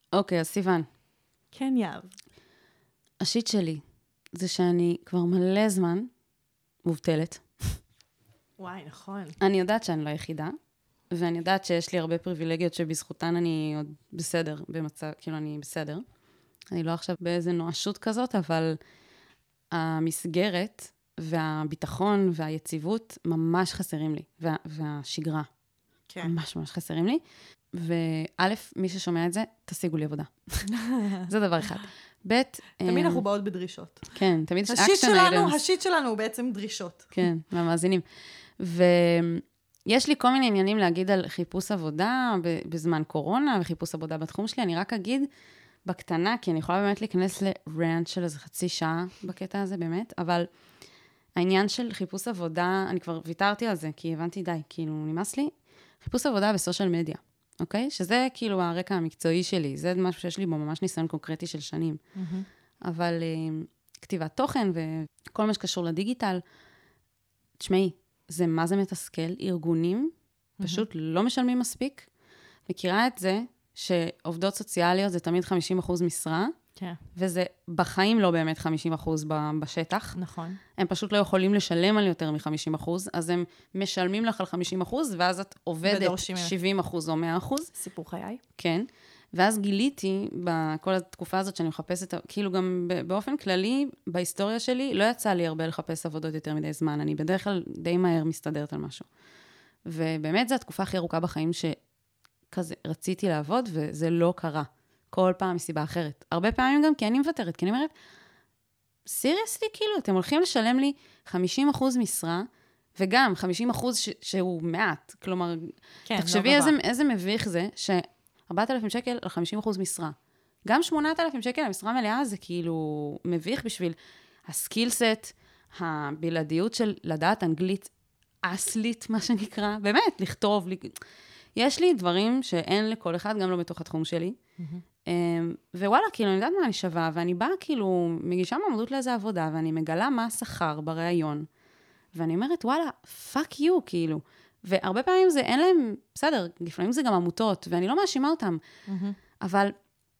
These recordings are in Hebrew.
אוקיי, אז סיוון. כן, יאב. השיט שלי זה שאני כבר מלא זמן מובטלת. וואי, נכון. אני יודעת שאני לא יחידה, ואני יודעת שיש לי הרבה פריבילגיות שבזכותן אני עוד בסדר, במצב, כאילו אני בסדר. אני לא עכשיו באיזה נואשות כזאת, אבל המסגרת והביטחון והיציבות ממש חסרים לי, והשגרה ממש ממש חסרים לי. וא', מי ששומע את זה, תשיגו לי עבודה. זה דבר אחד. ב', תמיד אנחנו באות בדרישות. כן, תמיד יש אקשן אייטמס. השיט שלנו הוא בעצם דרישות. כן, מהמאזינים. ויש לי כל מיני עניינים להגיד על חיפוש עבודה בזמן קורונה, וחיפוש עבודה בתחום שלי. אני רק אגיד בקטנה, כי אני יכולה באמת להיכנס לרנט של איזה חצי שעה בקטע הזה, באמת, אבל העניין של חיפוש עבודה, אני כבר ויתרתי על זה, כי הבנתי די, כאילו נמאס לי, חיפוש עבודה בסושיאל מדיה, אוקיי? שזה כאילו הרקע המקצועי שלי, זה משהו שיש לי בו ממש ניסיון קונקרטי של שנים. אבל כתיבת תוכן וכל מה שקשור לדיגיטל, תשמעי, זה מה זה מתסכל, ארגונים פשוט לא משלמים מספיק. מכירה את זה שעובדות סוציאליות זה תמיד 50% משרה, כן. וזה בחיים לא באמת 50% בשטח. נכון. הם פשוט לא יכולים לשלם על יותר מ-50%, אז הם משלמים לך על 50%, ואז את עובדת 70% או 100%. סיפור חיי. כן. ואז גיליתי, בכל התקופה הזאת שאני מחפשת, כאילו גם באופן כללי, בהיסטוריה שלי, לא יצא לי הרבה לחפש עבודות יותר מדי זמן. אני בדרך כלל די מהר מסתדרת על משהו. ובאמת זו התקופה הכי ארוכה בחיים שכזה רציתי לעבוד, וזה לא קרה. כל פעם מסיבה אחרת. הרבה פעמים גם כי אני מוותרת, כי אני אומרת, סיריוסלי, כאילו, אתם הולכים לשלם לי 50% משרה, וגם 50% שהוא מעט. כלומר, כן, תחשבי לא איזה מביך זה, 4,000 שקל על 50% משרה. גם 8,000 שקל על משרה מלאה זה כאילו מביך בשביל הסקילסט, הבלעדיות של לדעת אנגלית אסלית, מה שנקרא, באמת, לכתוב. יש לי דברים שאין לכל אחד, גם לא בתוך התחום שלי. ווואלה, כאילו, אני יודעת מה אני שווה, ואני באה כאילו, מגישה מעמדות לאיזו עבודה, ואני מגלה מה השכר בראיון, ואני אומרת, וואלה, fuck you, כאילו. והרבה פעמים זה, אין להם, בסדר, לפעמים זה גם עמותות, ואני לא מאשימה אותם, אבל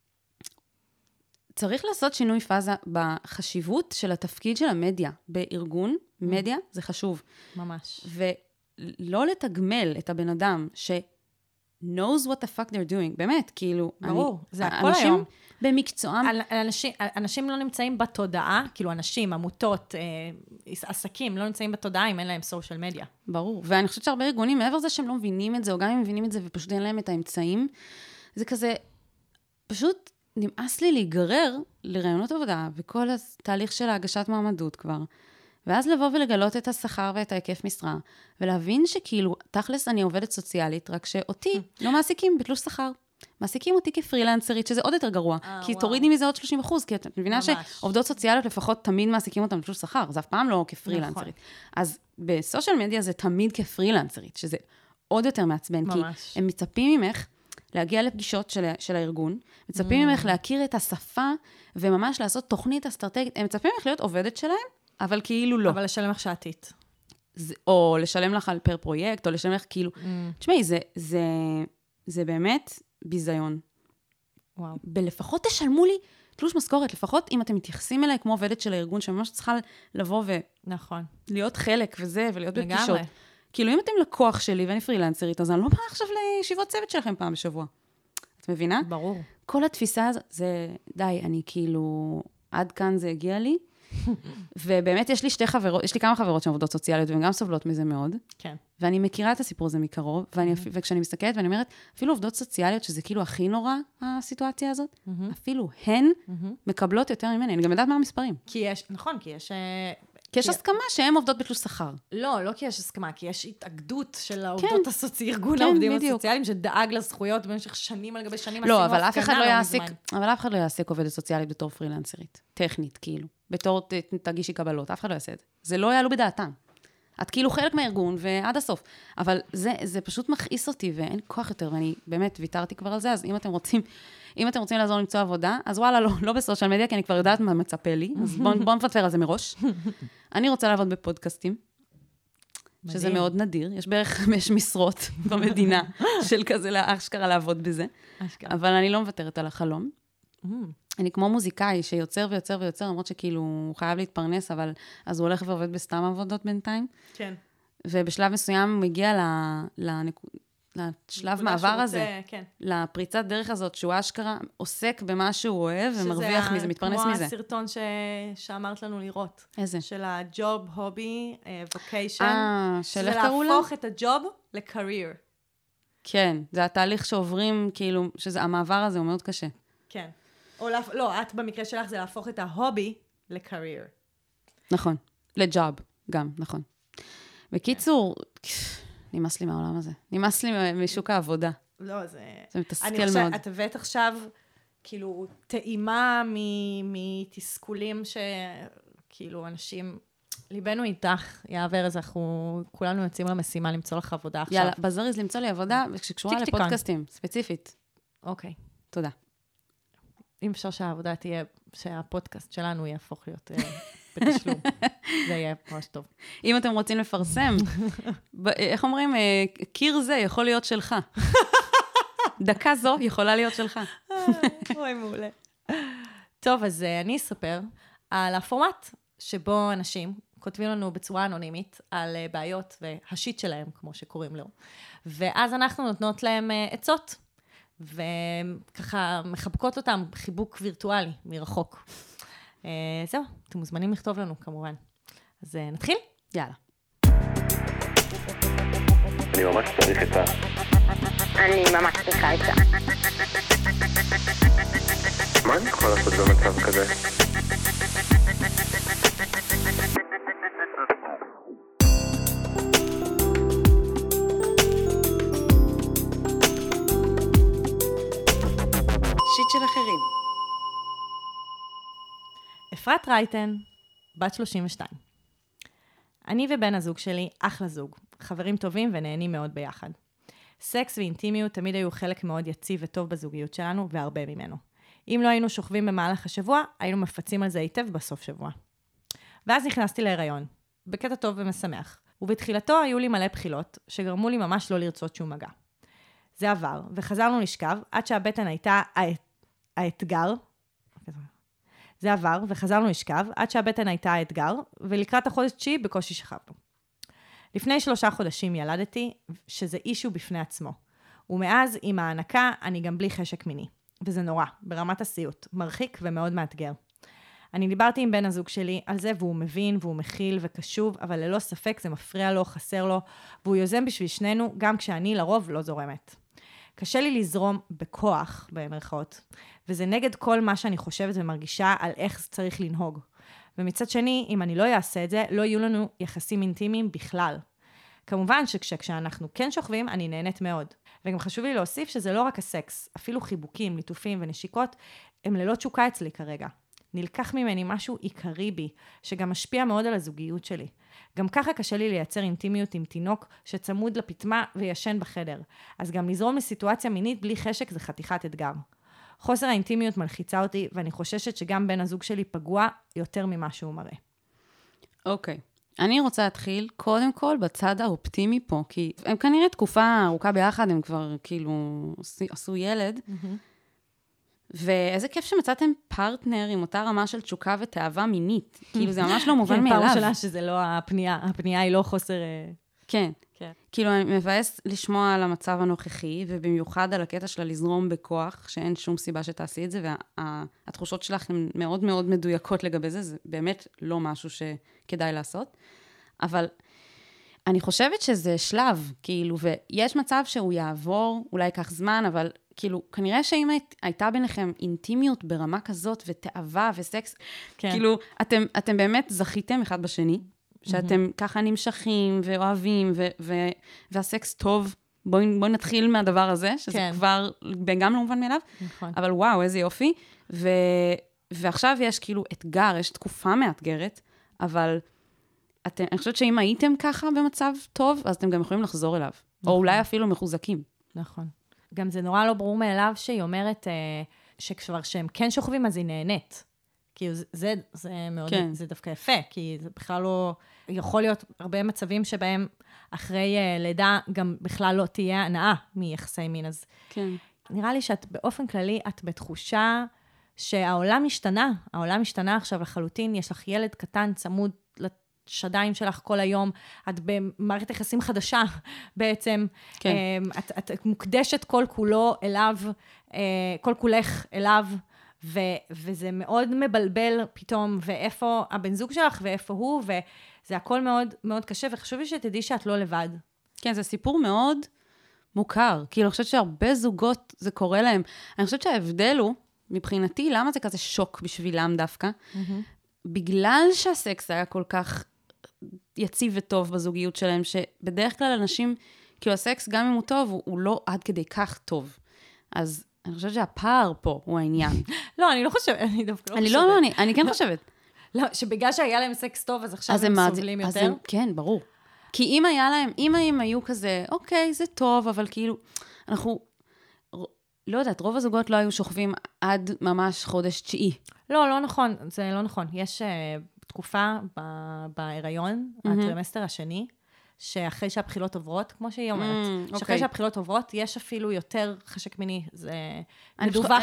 צריך לעשות שינוי פאזה בחשיבות של התפקיד של המדיה. בארגון, מדיה, זה חשוב. ממש. ולא לתגמל את הבן אדם knows what the fuck they're doing, באמת, כאילו, ברור, זה הכל היום. במקצועם. אנשים לא נמצאים בתודעה, כאילו אנשים, עמותות, עסקים, לא נמצאים בתודעה אם אין להם סושיאל מדיה. ברור, ואני חושבת שהרבה ארגונים, מעבר לזה שהם לא מבינים את זה, או גם אם מבינים את זה ופשוט אין להם את האמצעים, זה כזה, פשוט נמאס לי להיגרר לרעיונות עבודה, וכל התהליך של ההגשת מעמדות כבר, ואז לבוא ולגלות את השכר ואת ההיקף משרה, ולהבין שכאילו, תכלס אני עובדת סוציאלית, רק שאותי לא מעסיקים בתלוש שכר. מעסיקים אותי כפרילנסרית, שזה עוד יותר גרוע, כי תורידי מזה עוד 30%, כי את מבינה שעובדות סוציאליות לפחות תמיד מעסיקים אותם בתלוש שכר, זה אף פעם לא כפרילנסרית. אז בסושיאל מדיה זה תמיד כפרילנסרית, שזה עוד יותר מעצבן, כי הם מצפים ממך להגיע לפגישות של הארגון, מצפים ממך להכיר את השפה, וממש לעשות תוכנית אסטרטגית, הם מצפים ממך להיות עובדת שלהם, אבל כאילו לא. אבל לשלם לך שעתית. או לשלם לך על פר פרויקט, או לשלם לך כאילו... תשמעי, זה באמת ביזיון. וואו. בלפחות תשלמו לי תלוש משכורת, לפחות אם אתם מתייחסים אליי כמו עובדת של הארגון, שממש צריכה לבוא נכון. להיות חלק וזה, ולהיות לגמרי. בפגישות. כאילו, אם אתם לקוח שלי ואני פרילנסרית, אז אני לא באה עכשיו לישיבות צוות שלכם פעם בשבוע. את מבינה? ברור. כל התפיסה הזאת, זה די, אני כאילו, עד כאן זה הגיע לי, ובאמת יש לי כמה חברות שהן עובדות סוציאליות, והן גם סובלות מזה מאוד. כן. ואני מכירה את הסיפור הזה מקרוב, וכשאני מסתכלת ואני אומרת, אפילו עובדות סוציאליות, שזה כאילו הכי נורא, הסיטואציה הזאת, אפילו הן מקבלות יותר ממני. אני גם יודעת מה המספרים. כי יש, נכון, כי יש הסכמה שהן עובדות בתלוש שכר. לא כי יש הסכמה, כי יש התאגדות של העובדות ארגון העובדים הסוציאליים, שדאג לזכויות במשך שנים על גבי שנים. לא, אבל אף אחד לא יעסיק עובדת סוציאלית בתור פרילנסרית. טכנית, כאילו. בתור תגישי קבלות. אף אחד לא יעשה את זה. זה לא יעלו בדעתם. את כאילו חלק מהארגון ועד הסוף. אבל זה פשוט מכעיס אותי, ואין כוח יותר, ואני באמת ויתרתי כבר על זה, אז אם אתם רוצים לעזור למצוא עבודה, אז וואלה, לא בסושיאל מדיה, כי אני כבר יודעת מה מצפה לי, אז בואו נפטר על זה מראש. אני רוצה לעבוד בפודקאסטים, שזה מאוד נדיר. יש בערך 5 משרות במדינה של כזה לאשכרה לעבוד בזה. אבל אני לא מוותרת על החלום. אני כמו מוזיקאי שיוצר ויוצר ויוצר, למרות שכאילו הוא חייב להתפרנס, אבל אז הוא הולך ועובד בסתם עבודות בינתיים. כן. ובשלב מסוים הוא מגיע לשלב מעבר הזה, כן. לפריצת דרך הזאת, שהוא אשכרה עוסק במה שהוא אוהב ומרוויח מזה, מתפרנס מזה. כמו הסרטון שאמרת לנו לראות. איזה? של הג'וב, הובי, ווקיישן. של איך קראו לה? זה להפוך את הג'וב לקרייר. כן, זה התהליך שעוברים, כאילו, המעבר הזה הוא מאוד קשה. כן. או לא, את במקרה שלך זה להפוך את ההובי לקרייר. נכון, לג'וב גם, נכון. בקיצור, נמאס לי מהעולם הזה. נמאס לי משוק העבודה. לא, זה מתסכל מאוד. את הבאת עכשיו, כאילו, טעימה מתסכולים שכאילו אנשים, ליבנו איתך, יעבר אז אנחנו כולנו יוצאים למשימה למצוא לך עבודה עכשיו. יאללה, בזריז למצוא לי עבודה, שקשורה לפודקאסטים, ספציפית. אוקיי. תודה. אם אפשר שהעבודה תהיה, שהפודקאסט שלנו יהפוך להיות בתשלום. זה יהיה ממש טוב. אם אתם רוצים לפרסם, איך אומרים, קיר זה יכול להיות שלך. דקה זו יכולה להיות שלך. אוי, מעולה. טוב, אז אני אספר על הפורמט שבו אנשים כותבים לנו בצורה אנונימית על בעיות והשיט שלהם, כמו שקוראים לו. ואז אנחנו נותנות להם עצות. וככה מחבקות אותם חיבוק וירטואלי מרחוק. זהו, אתם מוזמנים לכתוב לנו כמובן. אז נתחיל? יאללה. אני ממש צריך עצה. אני ממש צריכה עצה. מה אני יכול לעשות במצב כזה? שיט של אחרים. אפרת רייטן, בת 32. אני ובן הזוג שלי, אחלה זוג, חברים טובים ונהנים מאוד ביחד. סקס ואינטימיות תמיד היו חלק מאוד יציב וטוב בזוגיות שלנו, והרבה ממנו. אם לא היינו שוכבים במהלך השבוע, היינו מפצים על זה היטב בסוף שבוע. ואז נכנסתי להיריון, בקטע טוב ומשמח, ובתחילתו היו לי מלא בחילות, שגרמו לי ממש לא לרצות שום מגע. זה עבר, וחזרנו לשכב, עד שהבטן הייתה האתגר. זה עבר, וחזרנו לשכב, עד שהבטן הייתה האתגר, ולקראת החודש 9 בקושי שכבנו. לפני 3 חודשים ילדתי, שזה אישו בפני עצמו. ומאז, עם ההענקה, אני גם בלי חשק מיני. וזה נורא, ברמת הסיוט, מרחיק ומאוד מאתגר. אני דיברתי עם בן הזוג שלי על זה, והוא מבין, והוא מכיל וקשוב, אבל ללא ספק זה מפריע לו, חסר לו, והוא יוזם בשביל שנינו, גם כשאני לרוב לא זורמת. קשה לי לזרום בכוח, במרכאות, וזה נגד כל מה שאני חושבת ומרגישה על איך זה צריך לנהוג. ומצד שני, אם אני לא אעשה את זה, לא יהיו לנו יחסים אינטימיים בכלל. כמובן שכשאנחנו כן שוכבים, אני נהנית מאוד. וגם חשוב לי להוסיף שזה לא רק הסקס, אפילו חיבוקים, ליטופים ונשיקות, הם ללא תשוקה אצלי כרגע. נלקח ממני משהו עיקרי בי, שגם משפיע מאוד על הזוגיות שלי. גם ככה קשה לי לייצר אינטימיות עם תינוק שצמוד לפתמה וישן בחדר. אז גם לזרום לסיטואציה מינית בלי חשק זה חתיכת אתגר. חוסר האינטימיות מלחיצה אותי, ואני חוששת שגם בן הזוג שלי פגוע יותר ממה שהוא מראה. אוקיי. אני רוצה להתחיל קודם כל בצד האופטימי פה, כי הם כנראה תקופה ארוכה ביחד, הם כבר כאילו עשו ילד, ואיזה כיף שמצאתם פרטנר עם אותה רמה של תשוקה ותאווה מינית. כאילו זה ממש לא מובן מאליו. כן, פעם שלה שזה לא הפנייה, הפנייה היא לא חוסר... כן. כאילו אני מבאס לשמוע על המצב הנוכחי, ובמיוחד על הקטע שלה לזרום בכוח, שאין שום סיבה שתעשי את זה, והתחושות שלך הן מאוד מאוד מדויקות לגבי זה, זה באמת לא משהו שכדאי לעשות. אבל אני חושבת שזה שלב, כאילו, ויש מצב שהוא יעבור, אולי ייקח זמן, אבל כאילו, כנראה שאם הייתה ביניכם אינטימיות ברמה כזאת, ותאווה וסקס, כן. כאילו, אתם באמת זכיתם אחד בשני, שאתם ככה נמשכים ואוהבים, והסקס טוב, בואי נתחיל מהדבר הזה, שזה כן. כבר גם לא מובן מאליו, נכון. אבל וואו, איזה יופי, ועכשיו יש כאילו אתגר, יש תקופה מאתגרת, אבל אני חושבת שאם הייתם ככה במצב טוב, אז אתם גם יכולים לחזור אליו, נכון. או אולי אפילו מחוזקים. נכון. גם זה נורא לא ברור מאליו שהיא אומרת, שכבר שהם כן שוכבים, אז היא נהנית. כאילו, זה מאוד, כן. זה דווקא יפה, כי זה בכלל לא, יכול להיות הרבה מצבים שבהם אחרי לידה גם בכלל לא תהיה הנאה מיחסי מין, אז כן. נראה לי שאת באופן כללי, את בתחושה שהעולם השתנה, העולם השתנה עכשיו לחלוטין, יש לך ילד קטן צמוד לשדיים שלך כל היום, את במערכת יחסים חדשה בעצם, כן. את מוקדשת כל כולו אליו, כל כולך אליו, וזה מאוד מבלבל פתאום, ואיפה הבן זוג שלך ואיפה הוא, וזה הכל מאוד מאוד קשה, וחשוב לי שתדעי שאת לא לבד. כן, זה סיפור מאוד מוכר. כאילו, אני חושבת שהרבה זוגות זה קורה להם. אני חושבת שההבדל הוא, מבחינתי, למה זה כזה שוק בשבילם דווקא? בגלל שהסקס היה כל כך יציב וטוב בזוגיות שלהם, שבדרך כלל אנשים, כאילו הסקס, גם אם הוא טוב, הוא לא עד כדי כך טוב. אז אני חושבת שהפער פה הוא העניין. לא, אני לא חושבת, אני דווקא לא חושבת. אני כן חושבת. לא, שבגלל שהיה להם סקס טוב, אז עכשיו הם סובלים יותר? כן, ברור. כי אם היה להם, אם הם היו כזה, אוקיי, זה טוב, אבל כאילו, אנחנו, לא יודעת, רוב הזוגות לא היו שוכבים עד ממש חודש 9. לא נכון, זה לא נכון. יש תקופה בהיריון, הטרימסטר השני, שאחרי שהבחילות עוברות, כמו שהיא אומרת, שאחרי שהבחילות עוברות, יש אפילו יותר חשק מיני. זה מדווח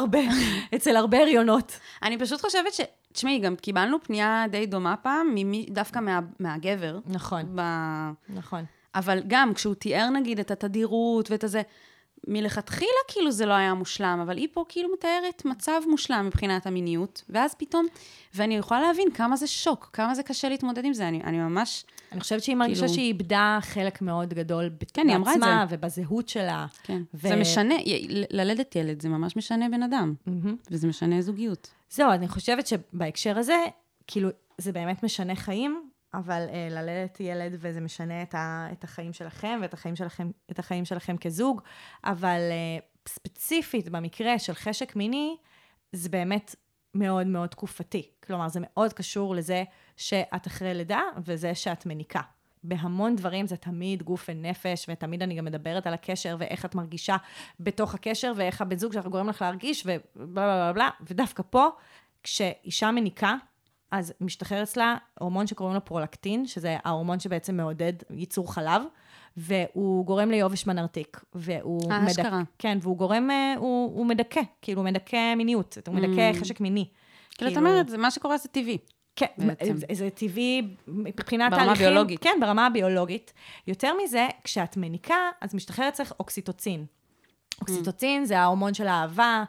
אצל הרבה הריונות. אני פשוט חושבת תשמעי, גם קיבלנו פנייה די דומה פעם, דווקא מהגבר. נכון. נכון. אבל גם כשהוא תיאר נגיד את התדירות ואת הזה, מלכתחילה כאילו זה לא היה מושלם, אבל היא פה כאילו מתארת מצב מושלם מבחינת המיניות, ואז פתאום, ואני יכולה להבין כמה זה שוק, כמה זה קשה להתמודד עם זה, אני ממש... אני חושבת שהיא מרגישה שהיא איבדה חלק מאוד גדול בעצמה ובזהות שלה. כן, זה משנה, ללדת ילד זה ממש משנה בן אדם, וזה משנה זוגיות. זהו, אני חושבת שבהקשר הזה, כאילו זה באמת משנה חיים, אבל ללדת ילד וזה משנה את החיים שלכם ואת החיים שלכם כזוג, אבל ספציפית במקרה של חשק מיני, זה באמת מאוד מאוד תקופתי. כלומר, זה מאוד קשור לזה שאת אחרי לידה וזה שאת מניקה. בהמון דברים זה תמיד גוף ונפש, ותמיד אני גם מדברת על הקשר ואיך את מרגישה בתוך הקשר, ואיך הבן זוג שלך גורם לך להרגיש, ובלה בלה בלה, ודווקא פה, כשאישה מניקה, אז משתחרר אצלה הורמון שקוראים לו פרולקטין, שזה ההורמון שבעצם מעודד ייצור חלב, והוא גורם ליובש מנרתיק, והוא אשכרה. כן, והוא גורם, הוא מדכא, כאילו הוא מדכא מיניות, הוא מדכא חשק מיני. כאילו את אומרת, מה שקורה זה טבעי. כן, זה טבעי מבחינת ברמה הביולוגית. כן, ברמה הביולוגית. יותר מזה, כשאת מניקה, אז משתחרר אצלך אוקסיטוצין. אוקסיטוצין זה ההורמון של האהבה.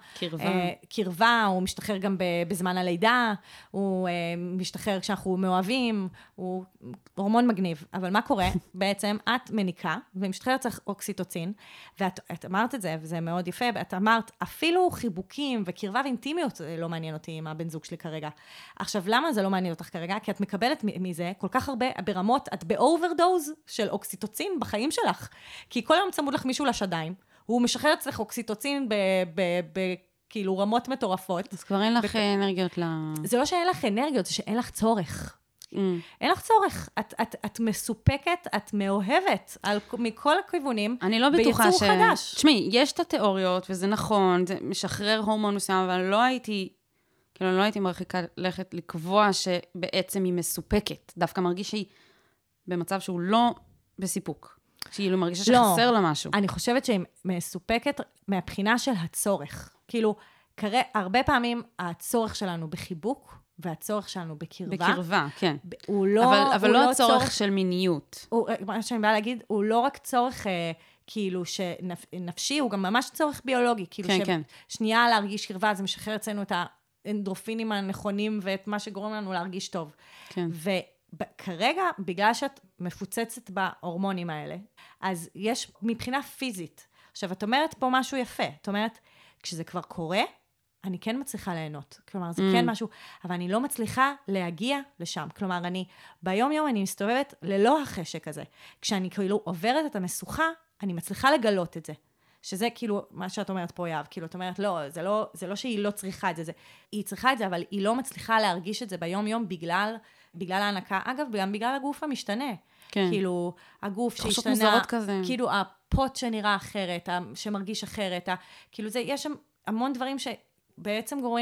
קרבה, הוא משתחרר גם בזמן הלידה, הוא משתחרר כשאנחנו מאוהבים, הוא הורמון מגניב. אבל מה קורה? בעצם את מניקה, ומשתחרר אצלך אוקסיטוצין, ואת אמרת את זה, וזה מאוד יפה, ואת אמרת, אפילו חיבוקים וקרבה ואינטימיות לא מעניין אותי עם הבן זוג שלי כרגע. עכשיו, למה זה לא מעניין אותך כרגע? כי את מקבלת מזה כל כך הרבה ברמות, את באוברדוז של אוקסיטוצין בחיים שלך. כי כל היום צמוד לך מישהו לשדיים, הוא משחרר אצלך אוקסיטוצין כאילו רמות מטורפות. אז כבר אין לך אנרגיות זה לא שאין לך אנרגיות, זה שאין לך צורך. אין לך צורך. את מסופקת, את מאוהבת מכל הכיוונים. אני לא בטוחה ביצור חדש. תשמעי, יש את התיאוריות, וזה נכון, זה משחרר הורמון מסוים, אבל לא הייתי מרחיקה לכת לקבוע שבעצם היא מסופקת. דווקא מרגיש שהיא במצב שהוא לא בסיפוק. שהיא מרגישה שחסר לה משהו. אני חושבת שהיא מסופקת מהבחינה של הצורך. כאילו, הרבה פעמים הצורך שלנו בחיבוק, והצורך שלנו בקרבה. בקרבה, כן. הוא לא... אבל לא הצורך של מיניות. מה שאני באה להגיד, הוא לא רק צורך כאילו שנפשי, הוא גם ממש צורך ביולוגי. כאילו שנייה להרגיש קרבה, זה משחרר אצלנו את האנדרופינים הנכונים, ואת מה שגורם לנו להרגיש טוב. כן. כרגע, בגלל שאת מפוצצת בהורמונים האלה, אז יש מבחינה פיזית. עכשיו, את אומרת פה משהו יפה. את אומרת, כשזה כבר קורה, אני כן מצליחה ליהנות. כלומר, זה כן משהו, אבל אני לא מצליחה להגיע לשם. כלומר, ביום-יום אני מסתובבת ללא החשק הזה. כשאני כאילו עוברת את המשוכה, אני מצליחה לגלות את זה. שזה כאילו, מה שאת אומרת פה, יאב, כאילו, את אומרת, לא, זה לא שהיא לא צריכה את זה, היא צריכה את זה, אבל היא לא מצליחה להרגיש את זה ביום-יום בגלל ההנקה. אגב, גם בגלל הגוף המשתנה. כן. כאילו, הגוף שהשתנה, מוזרות כזה. כאילו, הפוט שנראה אחרת, שמרגיש אחרת, כאילו, יש שם המון דברים שבעצם גורמים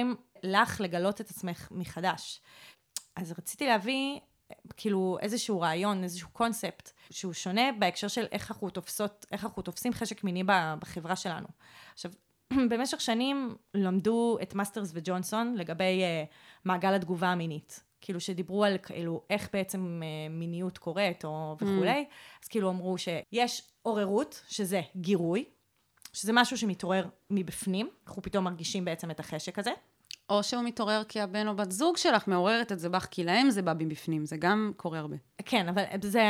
לך לגלות את עצמך מחדש. אז רציתי להביא כאילו איזשהו רעיון, איזשהו קונספט, שהוא שונה בהקשר של איך אנחנו תופסים חשק מיני בחברה שלנו. עכשיו, במשך שנים למדו את מאסטרס וג'ונסון לגבי מעגל התגובה המינית. כאילו שדיברו על כאילו איך בעצם מיניות קורית או וכולי. אז כאילו אמרו שיש עוררות, שזה גירוי, שזה משהו שמתעורר מבפנים, אנחנו פתאום מרגישים בעצם את החשק הזה. או שהוא מתעורר כי הבן או בת זוג שלך מעוררת את זה בך, כי להם זה בא מבפנים, זה גם קורה הרבה. כן, אבל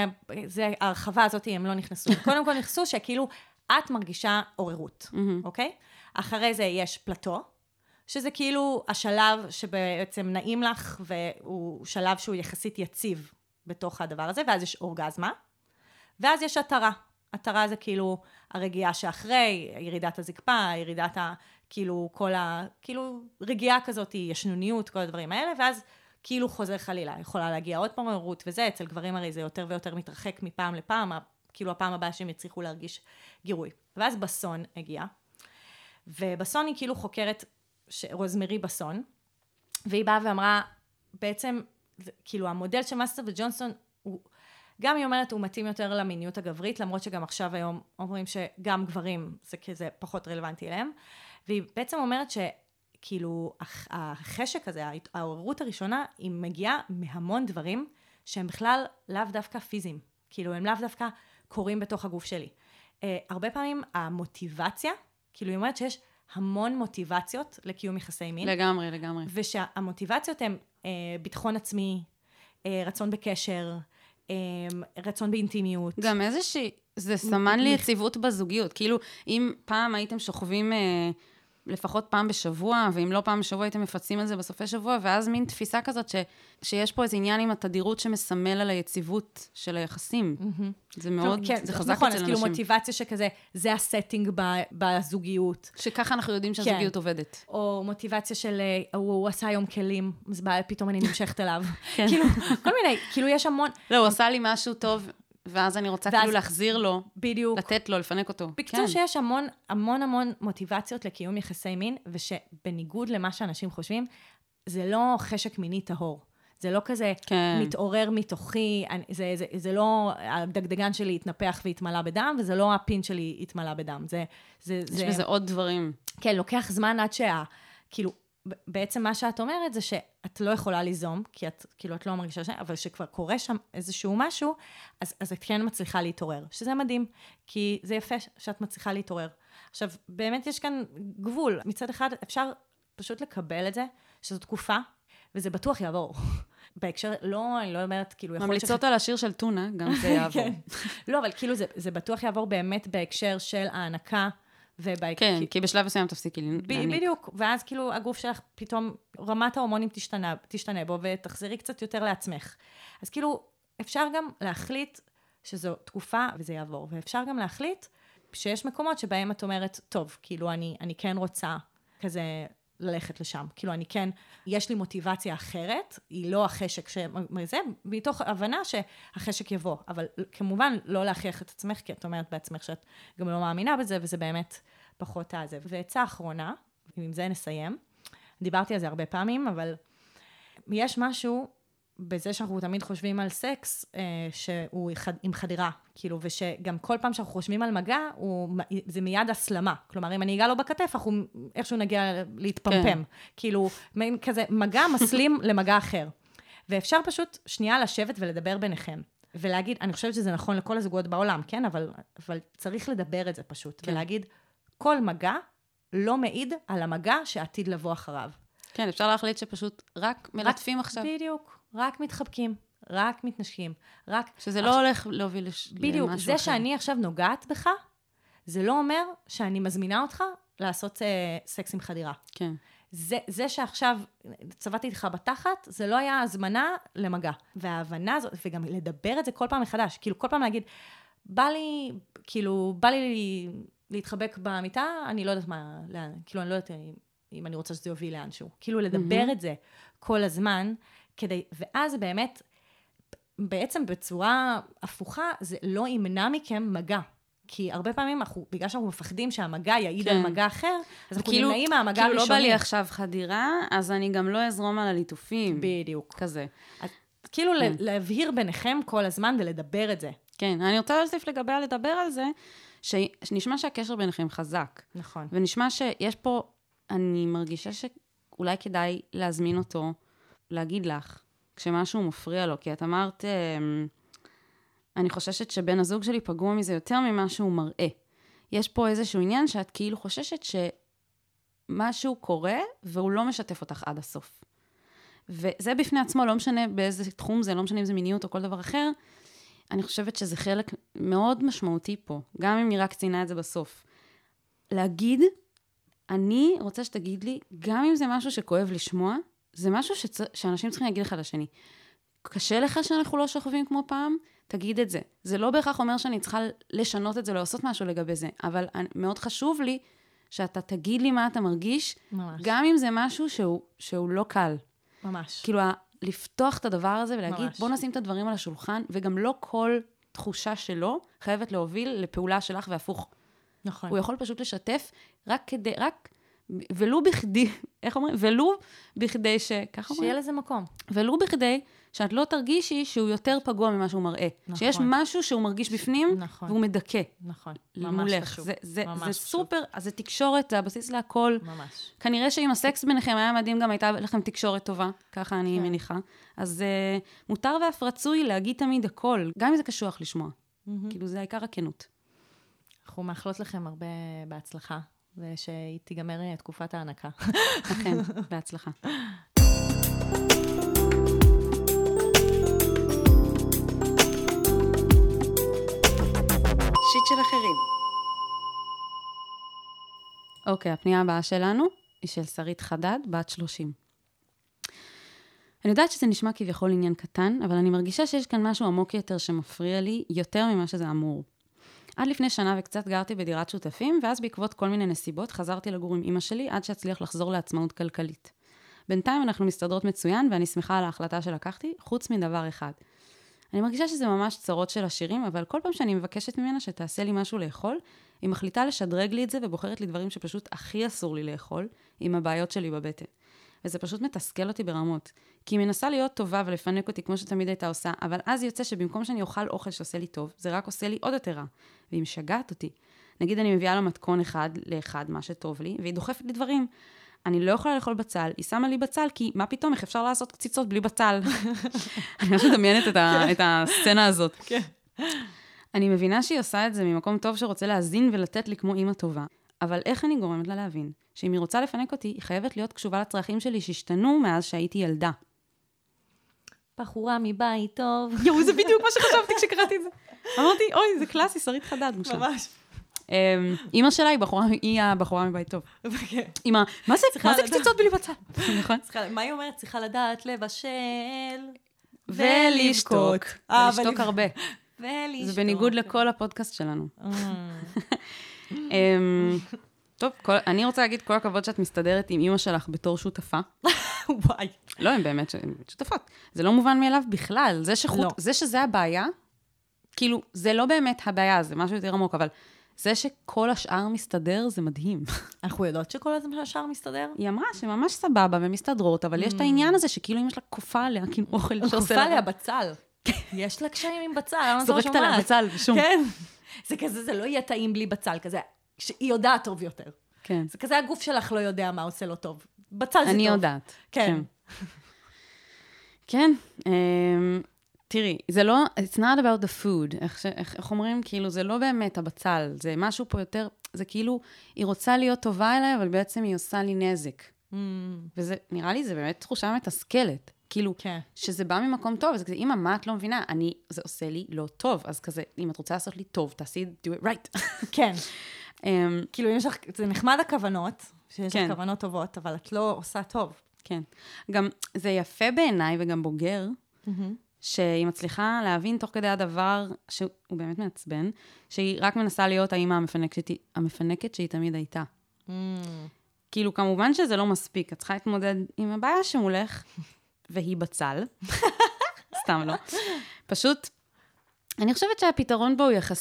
זה ההרחבה הזאת, הם לא נכנסו. קודם כל נכנסו שכאילו את מרגישה עוררות, אוקיי? אחרי זה יש פלטו, שזה כאילו השלב שבעצם נעים לך, והוא שלב שהוא יחסית יציב בתוך הדבר הזה, ואז יש אורגזמה, ואז יש התרה. התרה זה כאילו הרגיעה שאחרי, ירידת הזקפה, ירידת כאילו כל כאילו רגיעה כזאת, ישנוניות, כל הדברים האלה, ואז כאילו חוזר חלילה, יכולה להגיע עוד פעם עוררות וזה, אצל גברים הרי זה יותר ויותר מתרחק מפעם לפעם, כאילו הפעם הבאה שהם יצריכו להרגיש גירוי. ואז בסון הגיע, ובסון היא כאילו חוקרת, רוזמרי בסון, והיא באה ואמרה, בעצם, כאילו המודל של מאסטר וג'ונסון, גם היא אומרת, הוא מתאים יותר למיניות הגברית, למרות שגם עכשיו היום אומרים שגם גברים, זה כזה פחות רלוונטי אליהם, והיא בעצם אומרת שכאילו, החשק הזה, העוררות הראשונה, היא מגיעה מהמון דברים, שהם בכלל לאו דווקא פיזיים, כאילו הם לאו דווקא קורים בתוך הגוף שלי. הרבה פעמים המוטיבציה, כאילו היא אומרת שיש המון מוטיבציות לקיום יחסי מין. לגמרי, לגמרי. ושהמוטיבציות הן ביטחון עצמי, רצון בקשר, רצון באינטימיות. גם איזושהי, זה סמן לי יציבות בזוגיות. כאילו, אם פעם הייתם שוכבים לפחות פעם בשבוע, ואם לא פעם בשבוע הייתם מפצים על זה בסופי שבוע, ואז מין תפיסה כזאת שיש פה איזה עניין עם התדירות שמסמל על היציבות של היחסים. זה מאוד, זה חזק אצל אנשים. אז כאילו מוטיבציה שכזה, זה הסטינג בזוגיות. שככה אנחנו יודעים שהזוגיות עובדת. או מוטיבציה של, הוא עשה היום כלים, אז פתאום אני נמשכת אליו. כאילו, כל מיני, כאילו יש המון... לא, הוא עשה לי משהו טוב, ואז אני רוצה כאילו להחזיר לו, בדיוק. לתת לו, לפנק אותו. בקצור שיש המון מוטיבציות לקיום יחסי מין, ושבניגוד למה שאנשים חושבים, זה לא חשק מיני טהור. זה לא כזה מתעורר מתוכי, זה לא הדגדגן שלי התנפח והתמלא בדם, וזה לא הפין שלי התמלא בדם. יש בזה עוד דברים. כן, לוקח זמן עד כאילו, בעצם מה שאת אומרת זה שאת לא יכולה ליזום, כי את לא מרגישה שם, אבל שכבר קורה שם איזשהו משהו, אז את כן מצליחה להתעורר, שזה מדהים, כי זה יפה שאת מצליחה להתעורר. עכשיו, באמת יש כאן גבול, מצד אחד אפשר פשוט לקבל את זה, שזו תקופה, וזה בטוח יעבור. בהקשר, אני לא אומרת, כאילו, ממליצות על השיר של טונה, גם זה יעבור. לא, אבל כאילו זה בטוח יעבור באמת בהקשר של הענקה, כן, כי בשלב מסוים תפסיקי להעניק. בדיוק, ואז כאילו הגוף שלך פתאום, רמת ההורמונים תשתנה בו, ותחזרי קצת יותר לעצמך. אז כאילו, אפשר גם להחליט שזו תקופה וזה יעבור, ואפשר גם להחליט שיש מקומות שבהם את אומרת, טוב, כאילו אני כן רוצה כזה ללכת לשם, כאילו אני כן, יש לי מוטיבציה אחרת, היא לא החשק שזה, מתוך הבנה שהחשק יבוא, אבל כמובן לא להכריח את עצמך, כי את אומרת בעצמך שאת גם לא מאמינה בזה, וזה באמת פחות הזה. ועצה אחרונה, ועם זה נסיים, דיברתי על זה הרבה פעמים, אבל יש משהו בזה שאנחנו תמיד חושבים על סקס, שהוא עם חדירה, כאילו, ושגם כל פעם שאנחנו חושבים על מגע, זה מיד הסלמה. כלומר, אם אני אגע לו בכתף, אנחנו איכשהו נגיע להתפמפם. כאילו, כזה, מגע מסלים למגע אחר. ואפשר פשוט שנייה לשבת ולדבר ביניכם. ולהגיד, אני חושבת שזה נכון לכל הזוגות בעולם, כן? אבל צריך לדבר את זה פשוט. ולהגיד, כל מגע לא מעיד על המגע שעתיד לבוא אחריו. כן, אפשר להחליט שפשוט רק מלטפים עכשיו. בדיוק. רק מתחבקים, רק מתנשקים, רק... שזה לא הולך להוביל למשהו אחר. בדיוק, זה שאני עכשיו נוגעת בך, זה לא אומר שאני מזמינה אותך לעשות סקס עם חדירה. כן. זה שעכשיו צבעתי איתך בתחת, זה לא היה הזמנה למגע. וההבנה הזאת, וגם לדבר את זה כל פעם מחדש, כאילו כל פעם להגיד, בא לי להתחבק במיטה, אני לא יודעת מה, כאילו אני לא יודעת אם אני רוצה שזה יוביל לאנשהו. כאילו לדבר את זה כל הזמן, ואז באמת, בעצם בצורה הפוכה, זה לא ימנע מכם מגע. כי הרבה פעמים, בגלל שאנחנו מפחדים שהמגע יעיד על מגע אחר, אז אנחנו נמנעים מהמגע הראשוני. כאילו לא בא לי הראשוני. עכשיו חדירה, אז אני גם לא אזרום על הליטופים. בדיוק. כזה. כאילו להבהיר ביניכם כל הזמן ולדבר את זה. כן, אני רוצה להוסיף לגבי לדבר על זה, שנשמע שהקשר ביניכם חזק. נכון. ונשמע שיש פה, אני מרגישה שאולי כדאי להזמין אותו, להגיד לך, כשמשהו מפריע לו, כי את אמרת, אני חוששת שבן הזוג שלי פגוע מזה יותר ממה שהוא מראה. יש פה איזשהו עניין שאת כאילו חוששת שמשהו קורה, והוא לא משתף אותך עד הסוף. וזה בפני עצמו, לא משנה באיזה תחום זה, לא משנה אם זה מיניות או כל דבר אחר, אני חושבת שזה חלק מאוד משמעותי פה, גם אם היא רק ציינה את זה בסוף. להגיד, אני רוצה שתגיד לי, גם אם זה משהו שכואב לשמוע, זה משהו שאנשים צריכים להגיד אחד לשני. קשה לך שאנחנו לא שוכבים כמו פעם? תגיד את זה. זה לא בהכרח אומר שאני צריכה לשנות את זה, לעשות משהו לגבי זה, אבל מאוד חשוב לי שאתה תגיד לי מה אתה מרגיש, ממש. גם אם זה משהו שהוא לא קל. ממש. כאילו, לפתוח את הדבר הזה ולהגיד, ממש. בוא נשים את הדברים על השולחן, וגם לא כל תחושה שלו חייבת להוביל לפעולה שלך והפוך. נכון. הוא יכול פשוט לשתף ולו בכדי, איך אומרים? ולו בכדי ככה אומרים? שיהיה לזה מקום. ולו בכדי שאת לא תרגישי שהוא יותר פגוע ממה שהוא מראה. נכון. שיש משהו שהוא מרגיש בפנים, נכון. והוא מדכא. נכון. ממש מולך. חשוב. זה ממש סופר, אז זה תקשורת, זה הבסיס להכל. ממש. כנראה שאם הסקס ביניכם היה מדהים, גם הייתה לכם תקשורת טובה, ככה אני מניחה. אז מותר ואף רצוי להגיד תמיד הכל, גם אם זה קשוח לשמוע. כאילו זה העיקר הכנות. אנחנו מאחלות לכם הרבה בהצלחה, ושהיא תיגמר תקופת ההנקה. אכן, בהצלחה. שיט של אחרים. אוקיי, הפנייה הבאה שלנו היא של שרית חדד, בת 30. אני יודעת שזה נשמע כביכול עניין קטן, אבל אני מרגישה שיש כאן משהו עמוק יותר שמפריע לי יותר ממה שזה אמור. עד לפני שנה וקצת גרתי בדירת שותפים, ואז בעקבות כל מיני נסיבות חזרתי לגור עם אמא שלי עד שהצליח לחזור לעצמאות כלכלית. בינתיים אנחנו מסתדרות מצוין, ואני שמחה על ההחלטה שלקחתי, חוץ מדבר אחד. אני מרגישה שזה ממש צרות של השירים, אבל כל פעם שאני מבקשת ממנה שתעשה לי משהו לאכול, היא מחליטה לשדרג לי את זה ובוחרת לי דברים שפשוט הכי אסור לי לאכול, עם הבעיות שלי בבטן. וזה פשוט מתסכל אותי ברמות. כי היא מנסה להיות טובה ולפנק אותי כמו שתמיד הייתה עושה, אבל אז יוצא שבמקום שאני אוכל אוכל שעושה לי טוב, זה רק עושה לי עוד יותר רע. והיא משגעת אותי. נגיד אני מביאה לה מתכון אחד לאחד, מה שטוב לי, והיא דוחפת לי דברים. אני לא יכולה לאכול בצל, היא שמה לי בצל, כי מה פתאום, איך אפשר לעשות קציצות בלי בצל? אני ממש מדמיינת את הסצנה הזאת. אני מבינה שהיא עושה את זה ממקום טוב שרוצה להזין ולתת לי כמו אמא טובה. אבל איך אני גורמת לה להבין? שאם היא רוצה לפנק אותי, היא חייבת להיות קשובה לצרכים שלי שהשתנו מאז שהייתי ילדה. בחורה מבית טוב. יואו, זה בדיוק מה שחשבתי כשקראתי את זה. אמרתי, אוי, זה קלאסי, שרית חדד. ממש. אמא שלה היא הבחורה מבית טוב. אמא, מה זה קציצות בלי בצל? נכון? מה היא אומרת? צריכה לדעת לבשל ולשתוק. ולשתוק הרבה. ולשתוק. זה בניגוד לכל הפודקאסט שלנו. טוב, אני רוצה להגיד כל הכבוד שאת מסתדרת עם אמא שלך בתור שותפה. וואי. לא, הן באמת שותפות. זה לא מובן מאליו בכלל. זה שזה הבעיה, כאילו, זה לא באמת הבעיה, זה משהו יותר עמוק, אבל זה שכל השאר מסתדר, זה מדהים. אנחנו יודעות שכל השאר מסתדר? היא אמרה שממש סבבה ומסתדרות, אבל יש את העניין הזה שכאילו אמא שלה כופה עליה, כאילו אוכל שעושה לה. כופה עליה בצל. יש לה קשיים עם בצל, זורקת עליה בצל ושום. כן. זה כזה, זה לא יהיה טעים בלי בצל, כזה, שהיא יודעת טוב יותר. כן. זה כזה, הגוף שלך לא יודע מה עושה לו טוב. בצל זה טוב. אני יודעת. כן. כן. תראי, זה לא, it's not about the food, איך אומרים? כאילו, זה לא באמת הבצל, זה משהו פה יותר, זה כאילו, היא רוצה להיות טובה אליי, אבל בעצם היא עושה לי נזק. וזה, נראה לי, זה באמת תחושה מתסכלת. כאילו, שזה בא ממקום טוב, אז כזה, אמא, מה את לא מבינה? זה עושה לי לא טוב, אז כזה, אם את רוצה לעשות לי טוב, תעשי, do it right. כן. כאילו, זה נחמד הכוונות, שיש לך כוונות טובות, אבל את לא עושה טוב. כן. גם, זה יפה בעיניי, וגם בוגר, שהיא מצליחה להבין תוך כדי הדבר, שהוא באמת מעצבן, שהיא רק מנסה להיות האמא המפנקת שהיא תמיד הייתה. כאילו, כמובן שזה לא מספיק, את צריכה להתמודד עם הבעיה שמולך, והיא בצל. סתם לא. פשוט, אני חושבת שהפתרון בו הוא יחסית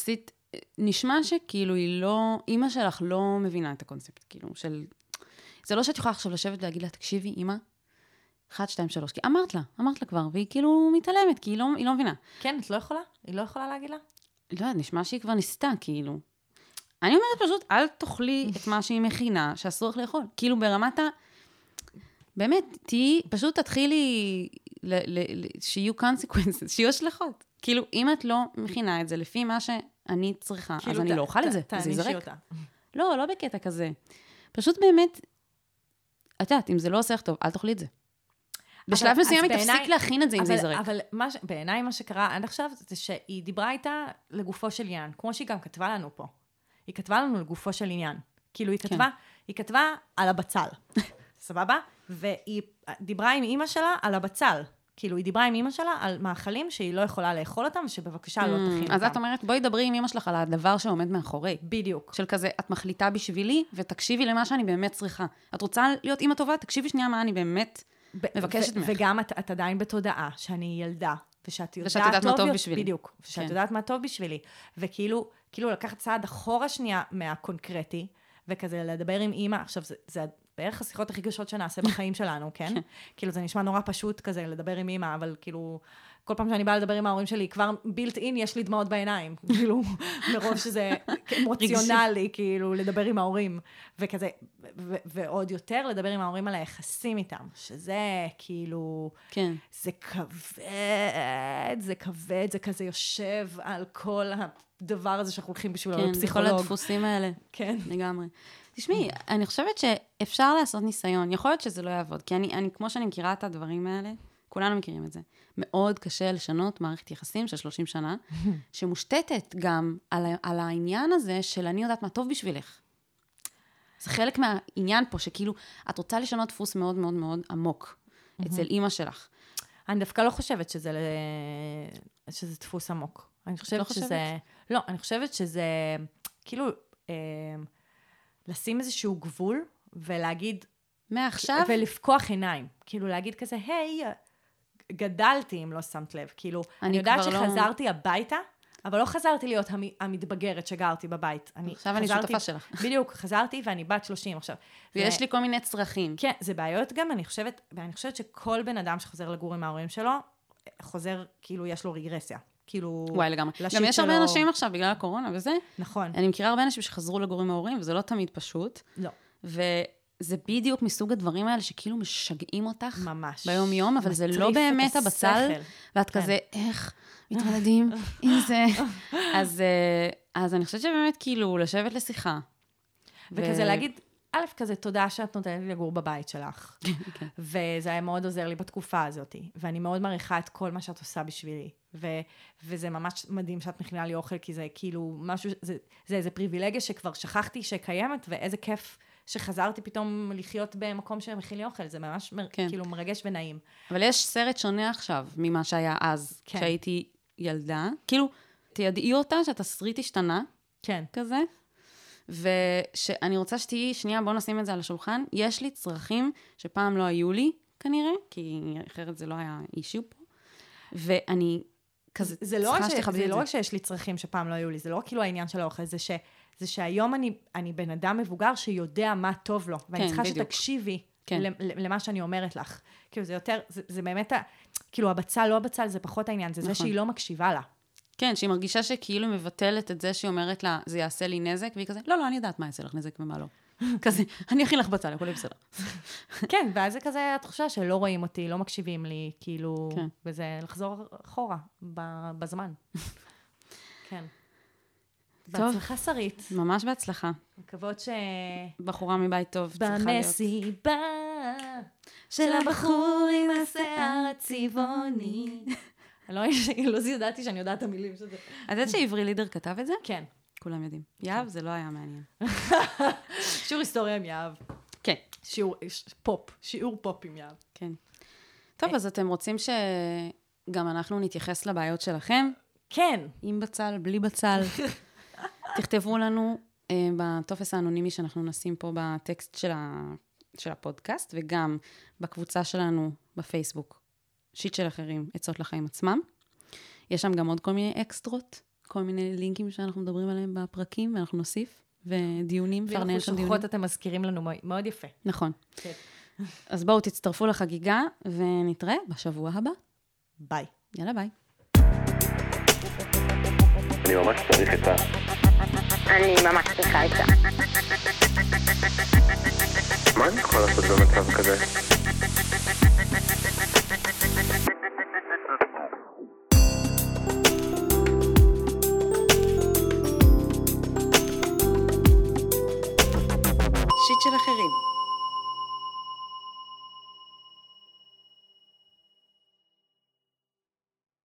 נשמע שכאילו היא לא, אמא שלך לא מבינה את הקונספט, כאילו, זה לא שאת יכולה עכשיו לשבת ולהגיד לה, תקשיבי, אמא, 1, 2, 3, כי אמרת לה כבר, והיא כאילו מתעלמת, כי היא לא מבינה. כן, את לא יכולה? היא לא יכולה להגיד לה? לא, נשמע שהיא כבר ניסתה, כאילו. אני אומרת פשוט, אל תאכלי את מה שהיא מכינה, שאסור לך לאכול. כאילו ברמת באמת, פשוט תתחילי שיהיו consequences, שיהיו השלכות. כאילו, אם את לא מכינה את זה לפי מה שאני צריכה, אז אני לא אוכל את זה, זה יזרק. לא בקטע כזה. פשוט באמת, את יודעת, אם זה לא עושה לך טוב, אל תאכלי את זה. בשלב מסוים היא תפסיק להכין את זה אם זה יזרק. אבל בעיניי מה שקרה עד עכשיו, זה שהיא דיברה איתה לגופו של עניין, כמו שהיא גם כתבה לנו פה. היא כתבה לנו לגופו של עניין. כאילו, היא כתבה על הבצל. סבבה? והיא דיברה עם אמא שלה על הבצל. כאילו, היא דיברה עם אמא שלה על מאכלים שהיא לא יכולה לאכול אותם, ושבבקשה לא תכין אותם. אז את אומרת, בואי דברי עם אמא שלך על הדבר שעומד מאחורי. בדיוק. של כזה, את מחליטה בשבילי, ותקשיבי למה שאני באמת צריכה. את רוצה להיות אמא טובה? תקשיבי שנייה מה אני באמת מבקשת ממך. וגם את עדיין בתודעה שאני ילדה, ושאת יודעת מה טוב בשבילי. בדיוק. ושאת יודעת מה טוב בשבילי. וכאילו לקחת צעד אחורה שנייה מהקונקרטי, וכזה לדבר עם אמא. עכשיו, זה בערך השיחות הכי קשות שנעשה בחיים שלנו, כן? כאילו, זה נשמע נורא פשוט כזה, לדבר עם אמא, אבל כאילו, כל פעם שאני באה לדבר עם ההורים שלי, כבר בילט אין, יש לי דמעות בעיניים. כאילו, מרוב שזה אמוציונלי, כאילו, לדבר עם ההורים. וכזה, ועוד יותר, לדבר עם ההורים על היחסים איתם, שזה כאילו, כן. זה כבד, זה כזה יושב על כל הדבר הזה שאנחנו הולכים בשביל הפסיכולוג. כן, כל הדפוסים האלה. כן. לגמרי. תשמעי, אני חושבת שאפשר לעשות ניסיון, יכול להיות שזה לא יעבוד, כי אני כמו שאני מכירה את הדברים האלה, כולנו מכירים את זה. מאוד קשה לשנות מערכת יחסים של 30 שנה, שמושתתת גם על העניין הזה של אני יודעת מה טוב בשבילך. זה חלק מהעניין פה, שכאילו, את רוצה לשנות דפוס מאוד מאוד מאוד עמוק, אצל אמא שלך. אני דווקא לא חושבת שזה דפוס עמוק. אני חושבת שזה... לא, אני חושבת שזה כאילו... לשים איזשהו גבול, ולהגיד... מעכשיו? ולפקוח עיניים. כאילו, להגיד כזה, היי, גדלתי אם לא שמת לב. כאילו, אני יודעת שחזרתי הביתה, אבל לא חזרתי להיות המתבגרת שגרתי בבית. עכשיו אני שותפה שלך. בדיוק, חזרתי ואני בת 30 עכשיו. ויש לי כל מיני צרכים. כן, זה בעיות גם, אני חושבת שכל בן אדם שחוזר לגור עם ההורים שלו, חוזר, כאילו, יש לו רגרסיה. כאילו... וואי, לגמרי. גם יש הרבה אנשים עכשיו, בגלל הקורונה וזה. נכון. אני מכירה הרבה אנשים שחזרו לגור עם ההורים, וזה לא תמיד פשוט. לא. וזה בדיוק מסוג הדברים האלה, שכאילו משגעים אותך. ממש. ביום יום, אבל זה לא באמת הבצל. ואת כזה, איך מתמודדים עם זה? אז אני חושבת שבאמת, כאילו, לשבת לשיחה. וכזה להגיד... א', כזה, תודה שאת נותנת לי לגור בבית שלך. וזה היה מאוד עוזר לי בתקופה הזאת. ואני מאוד מעריכה את כל מה שאת עושה בשבילי. וזה ממש מדהים שאת מכינה לי אוכל, כי זה כאילו משהו, זה איזה פריבילגיה שכבר שכחתי שקיימת, ואיזה כיף שחזרתי פתאום לחיות במקום שמכין לי אוכל. זה ממש כאילו מרגש ונעים. אבל יש סרט שונה עכשיו ממה שהיה אז, כשהייתי ילדה. כאילו, תידעי אותה שהתסריט השתנה. כן. כזה. ושאני רוצה שתהיי, שנייה, בוא נשים את זה על השולחן, יש לי צרכים שפעם לא היו לי, כנראה, כי אחרת זה לא היה אישיו פה, ואני כזה צריכה שתכבדי את זה. זה לא רק שיש לי צרכים שפעם לא היו לי, זה לא רק כאילו העניין של האוכל, זה שהיום אני בן אדם מבוגר שיודע מה טוב לו, ואני צריכה שתקשיבי למה שאני אומרת לך. כאילו זה יותר, זה באמת, כאילו הבצל, לא הבצל, זה פחות העניין, זה שהיא לא מקשיבה לה. כן, שהיא מרגישה שכאילו מבטלת את זה שהיא אומרת לה, זה יעשה לי נזק, והיא כזה, לא, אני יודעת מה יעשה לך נזק ומה לא. כזה, אני אכין לך בצל, הכל בסדר. כן, ואז זה כזה התחושה שלא רואים אותי, לא מקשיבים לי, כאילו, וזה לחזור אחורה בזמן. כן. בהצלחה שרית. ממש בהצלחה. מקוות ש... בחורה מבית טוב צריכה להיות. במסיבה של הבחור עם השיער הצבעוני. לא ידעתי שאני יודעת את המילים שזה. את יודעת שעברי לידר כתב את זה? כן. כולם יודעים. יאהב, זה לא היה מעניין. שיעור היסטוריה עם יאהב. כן. שיעור פופ עם יאהב. כן. טוב, אז אתם רוצים שגם אנחנו נתייחס לבעיות שלכם? כן. עם בצל, בלי בצל. תכתבו לנו בטופס האנונימי שאנחנו נשים פה בטקסט של הפודקאסט, וגם בקבוצה שלנו בפייסבוק. שיט של אחרים, עצות לחיים עצמם. יש שם גם עוד כל מיני אקסטרות, כל מיני לינקים שאנחנו מדברים עליהם בפרקים, ואנחנו נוסיף, ודיונים, אפשר לנהל שם דיונים. ואנחנו אתם מזכירים לנו מאוד יפה. נכון. כן. אז בואו תצטרפו לחגיגה, ונתראה בשבוע הבא. ביי. יאללה, ביי. אני ממש צריך עצה. אני ממש צריכה עצה. מה אני יכול לעשות במצב כזה? שיט של אחרים.